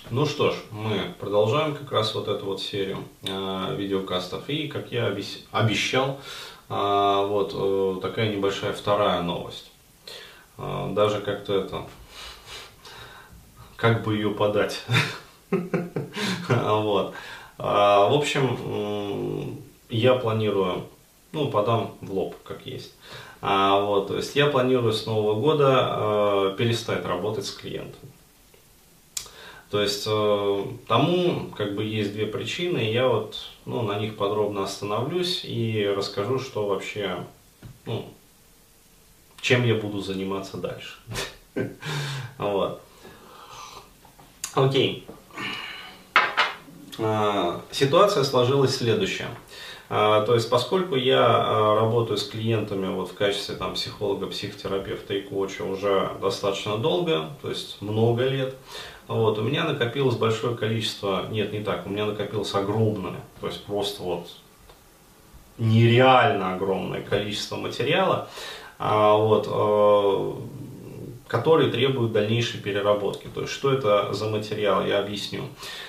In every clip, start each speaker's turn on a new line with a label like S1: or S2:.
S1: Ну что ж, мы продолжаем как раз вот эту вот серию видеокастов. И, как я обещал, такая небольшая вторая новость. Даже как-то это, как бы ее подать. Вот. В общем, я планирую, подам в лоб, как есть. То есть я планирую с Нового года перестать работать с клиентами. То есть тому как бы есть две причины, и я на них подробно остановлюсь и расскажу, что вообще, чем я буду заниматься дальше. Вот. Окей. Ситуация сложилась следующая. То есть, поскольку я работаю с клиентами в качестве психолога, психотерапевта и коуча уже достаточно долго, то есть много лет, у меня накопилось большое количество, нет, не так, у меня накопилось огромное, то есть просто нереально огромное количество материала, который требует дальнейшей переработки. То есть, что это за материал, я объясню.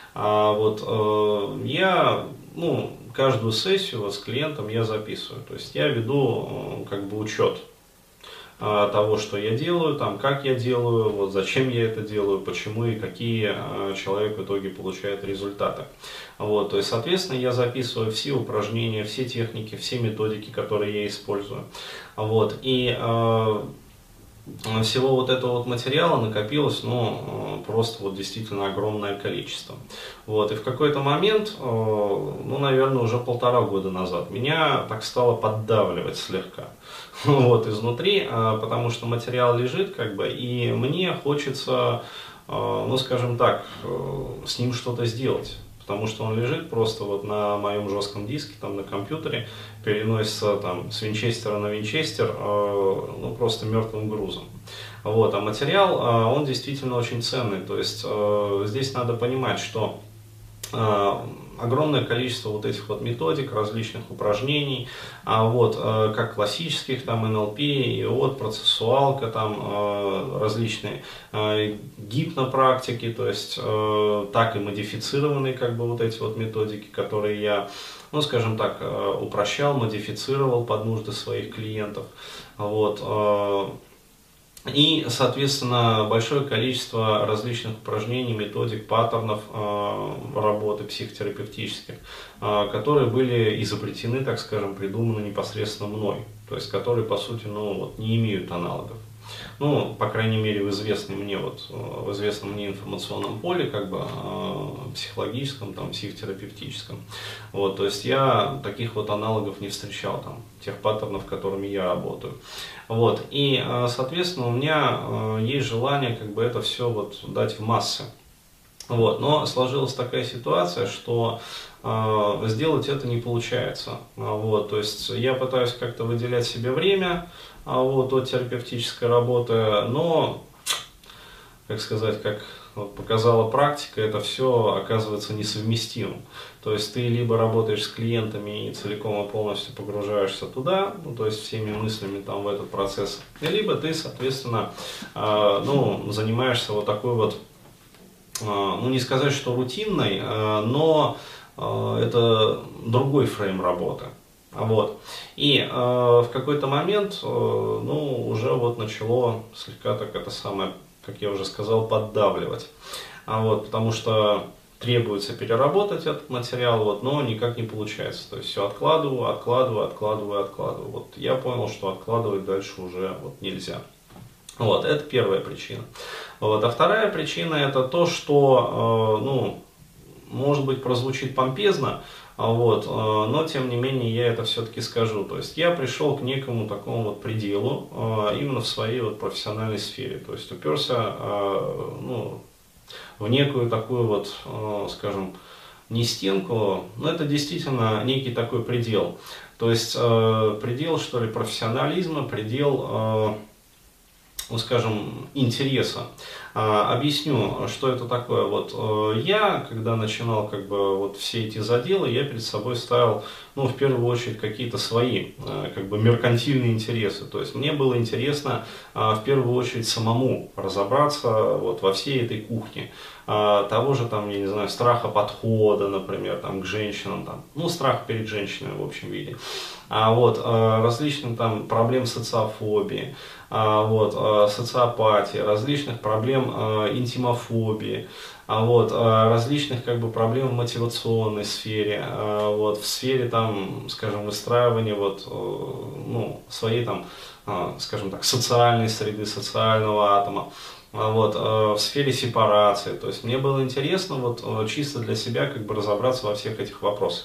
S1: Я каждую сессию с клиентом я записываю. То есть я веду учет того, что я делаю, как я делаю, зачем я это делаю, почему и какие человек в итоге получает результаты. То есть, соответственно, я записываю все упражнения, все техники, все методики, которые я использую. И всего этого материала накопилось, просто действительно огромное количество. И в какой-то момент, наверное, уже 1,5 года назад, меня так стало поддавливать слегка, изнутри, потому что материал лежит, и мне хочется, скажем так, с ним что-то сделать. Потому что он лежит просто на моем жестком диске, на компьютере, переносится с винчестера на винчестер, просто мертвым грузом. А материал, он действительно очень ценный. То есть здесь надо понимать, что огромное количество этих методик, различных упражнений, как классических, НЛП, ИОТ, процессуалка, различные гипнопрактики, то есть так и модифицированные эти методики, которые я, скажем так, упрощал, модифицировал под нужды своих клиентов. И, соответственно, большое количество различных упражнений, методик, паттернов работы психотерапевтических, которые были изобретены, так скажем, придуманы непосредственно мной, то есть которые, по сути, не имеют аналогов. По крайней мере, в известном мне информационном поле, психологическом, психотерапевтическом. То есть я таких аналогов не встречал, тех паттернов, которыми я работаю. И, соответственно, у меня есть желание это все дать в массы. Но сложилась такая ситуация, что сделать это не получается. То есть я пытаюсь как-то выделять себе время от терапевтической работы, но, как показала практика, это все оказывается несовместимым. То есть ты либо работаешь с клиентами и целиком и полностью погружаешься туда, то есть всеми мыслями в этот процесс, либо ты, соответственно, занимаешься такой не сказать, что рутинной, но это другой фрейм работы. И в какой-то момент, уже начало слегка как я уже сказал, поддавливать. Потому что требуется переработать этот материал, но никак не получается. То есть все откладываю. Я понял, что откладывать дальше уже нельзя. Это первая причина. А вторая причина это то, что, может быть, прозвучит помпезно, но тем не менее я это все-таки скажу. То есть я пришел к некому такому пределу именно в своей профессиональной сфере. То есть уперся в некую такую скажем, не стенку, но это действительно некий такой предел. То есть предел, что ли, профессионализма, предел, скажем, интереса. Объясню, что это такое. Вот я, когда начинал как бы вот все эти заделы, я перед собой ставил, ну, в первую очередь, какие-то свои, как бы меркантильные интересы. То есть мне было интересно в первую очередь самому разобраться вот во всей этой кухне. Того же там, я не знаю, страха подхода, например, там, к женщинам, там, ну, страх перед женщинами в общем виде, различных там проблем социофобии, социопатии, различных проблем интимофобии, различных как бы проблем в мотивационной сфере, в сфере там, скажем, выстраивания своей там, скажем так, социальной среды, социального атома. В сфере сепарации. То есть мне было интересно чисто для себя как бы разобраться во всех этих вопросах.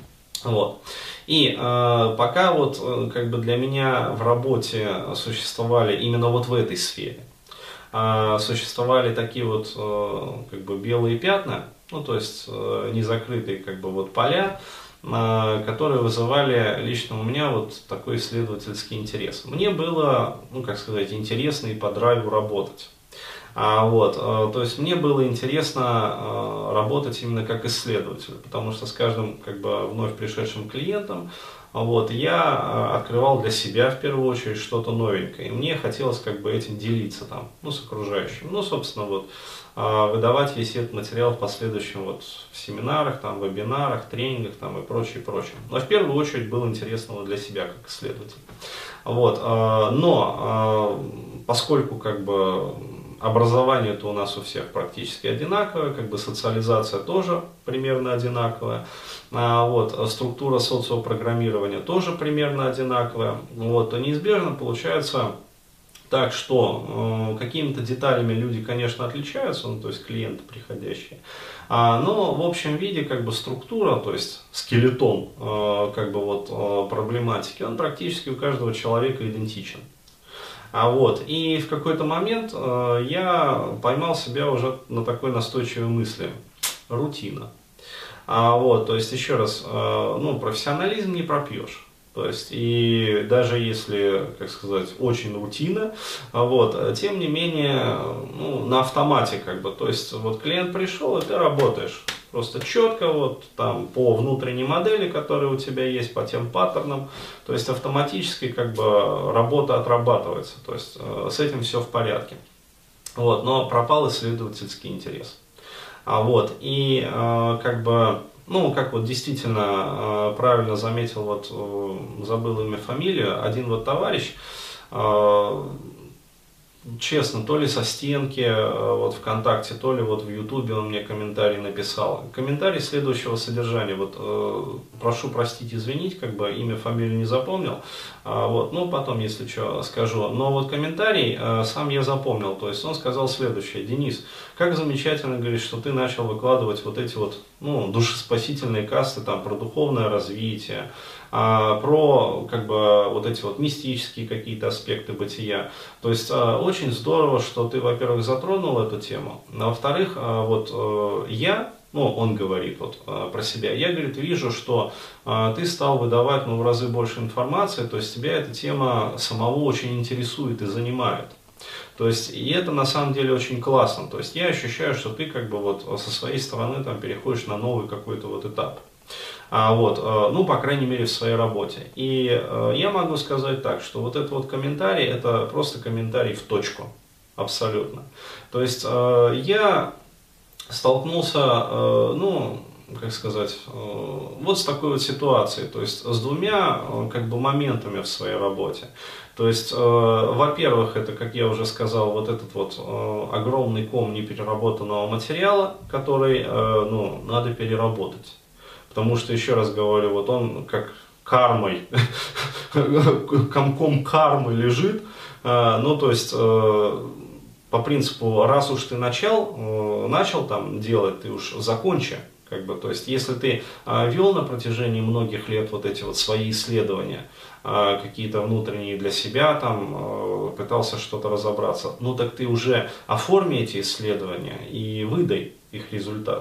S1: И пока как бы для меня в работе существовали именно в этой сфере, существовали такие как бы белые пятна, ну то есть незакрытые как бы поля, которые вызывали лично у меня такой исследовательский интерес. Мне было, ну как сказать, интересно и по драйву работать. То есть мне было интересно работать именно как исследователь, потому что с каждым как бы вновь пришедшим клиентом я открывал для себя в первую очередь что-то новенькое, и мне хотелось как бы этим делиться там, ну, с окружающим, ну, собственно, выдавать весь этот материал в последующем в семинарах, там, вебинарах, тренингах там, и прочее, прочее. Но в первую очередь было интересно для себя как исследователь. Но поскольку как бы образование-то у нас у всех практически одинаковое, как бы социализация тоже примерно одинаковая, структура социопрограммирования тоже примерно одинаковая, то неизбежно получается так, что какими-то деталями люди, конечно, отличаются, ну, то есть клиенты приходящие, но в общем виде как бы структура, то есть скелетон как бы проблематики, он практически у каждого человека идентичен. И в какой-то момент я поймал себя уже на такой настойчивой мысли: рутина. То есть, еще раз, профессионализм не пропьешь. То есть, и даже если, как сказать, очень рутина, тем не менее, на автомате, как бы, то есть, клиент пришел, и ты работаешь. Просто четко там по внутренней модели, которая у тебя есть, по тем паттернам, то есть автоматически как бы работа отрабатывается, то есть с этим все в порядке. Но пропал исследовательский интерес. И как бы, как действительно правильно заметил, забыл имя, фамилию, один товарищ, честно, то ли со стенки ВКонтакте, то ли в Ютубе он мне комментарий написал. Комментарий следующего содержания. Прошу простить, извинить, как бы имя, фамилию не запомнил. Потом, если что, скажу. Но комментарий сам я запомнил. То есть он сказал следующее: Денис, как замечательно, говорит, что ты начал выкладывать эти душеспасительные касты там про духовное развитие, про как бы эти мистические какие-то аспекты бытия. То есть очень здорово, что ты, во-первых, затронул эту тему, а во-вторых, я, он говорит про себя, я, говорит, вижу, что ты стал выдавать в разы больше информации, то есть тебя эта тема самого очень интересует и занимает. То есть, и это на самом деле очень классно. То есть я ощущаю, что ты как бы со своей стороны там переходишь на новый какой-то этап. По крайней мере, в своей работе. И я могу сказать так, что этот комментарий, это просто комментарий в точку, абсолютно. То есть я столкнулся, как сказать, с такой ситуацией, то есть с двумя как бы моментами в своей работе. То есть, во-первых, это, как я уже сказал, этот огромный ком непереработанного материала, который, надо переработать. Потому что, еще раз говорю, он как кармой, комком кармы лежит, то есть, по принципу, раз уж ты начал там делать, ты уж закончи. Как бы, то есть, если ты вел на протяжении многих лет эти свои исследования, какие-то внутренние для себя, там, пытался что-то разобраться, так ты уже оформи эти исследования и выдай их результаты.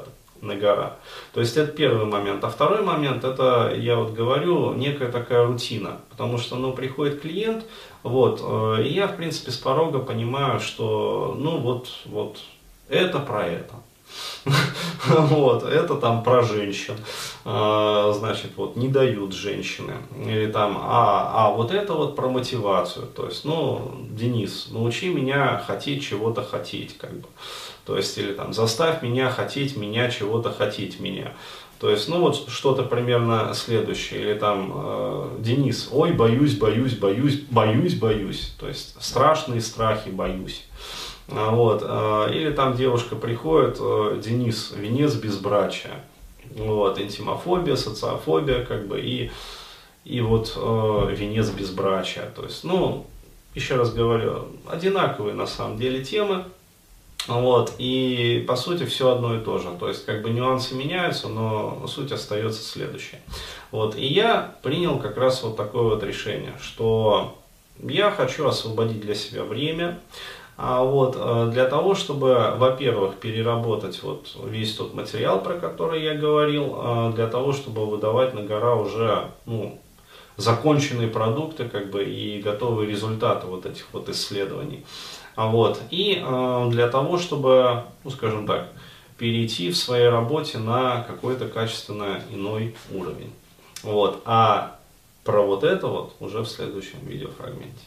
S1: на гора. То есть это первый момент. А второй момент, это, я вот говорю, некая такая рутина. Потому что, ну, приходит клиент, вот, и я, в принципе, с порога понимаю, что, ну, вот, это про это. Вот, это там про женщин, значит, вот, не дают женщины, или там, вот это вот про мотивацию, то есть, ну, Денис, научи меня хотеть чего-то хотеть, как бы, то есть, или там, заставь меня хотеть меня, чего-то хотеть меня. То есть, ну вот что-то примерно следующее. Или там, Денис, ой, боюсь, боюсь, боюсь, боюсь, боюсь. То есть, страшные страхи, боюсь. Вот. Или там девушка приходит, Денис, венец безбрачия. Вот. Интимофобия, социофобия, как бы, и вот венец безбрачия. То есть, ну, еще раз говорю, одинаковые на самом деле темы. Вот, и по сути все одно и то же, то есть как бы нюансы меняются, но суть остается следующая. Вот, и я принял как раз вот такое вот решение, что я хочу освободить для себя время, вот, для того, чтобы, во-первых, переработать вот весь тот материал, про который я говорил, для того, чтобы выдавать на гора уже, ну, законченные продукты, как бы, и готовые результаты вот этих вот исследований. Вот. И для того, чтобы, ну, скажем так, перейти в своей работе на какой-то качественно иной уровень. Вот. А про вот это вот уже в следующем видеофрагменте.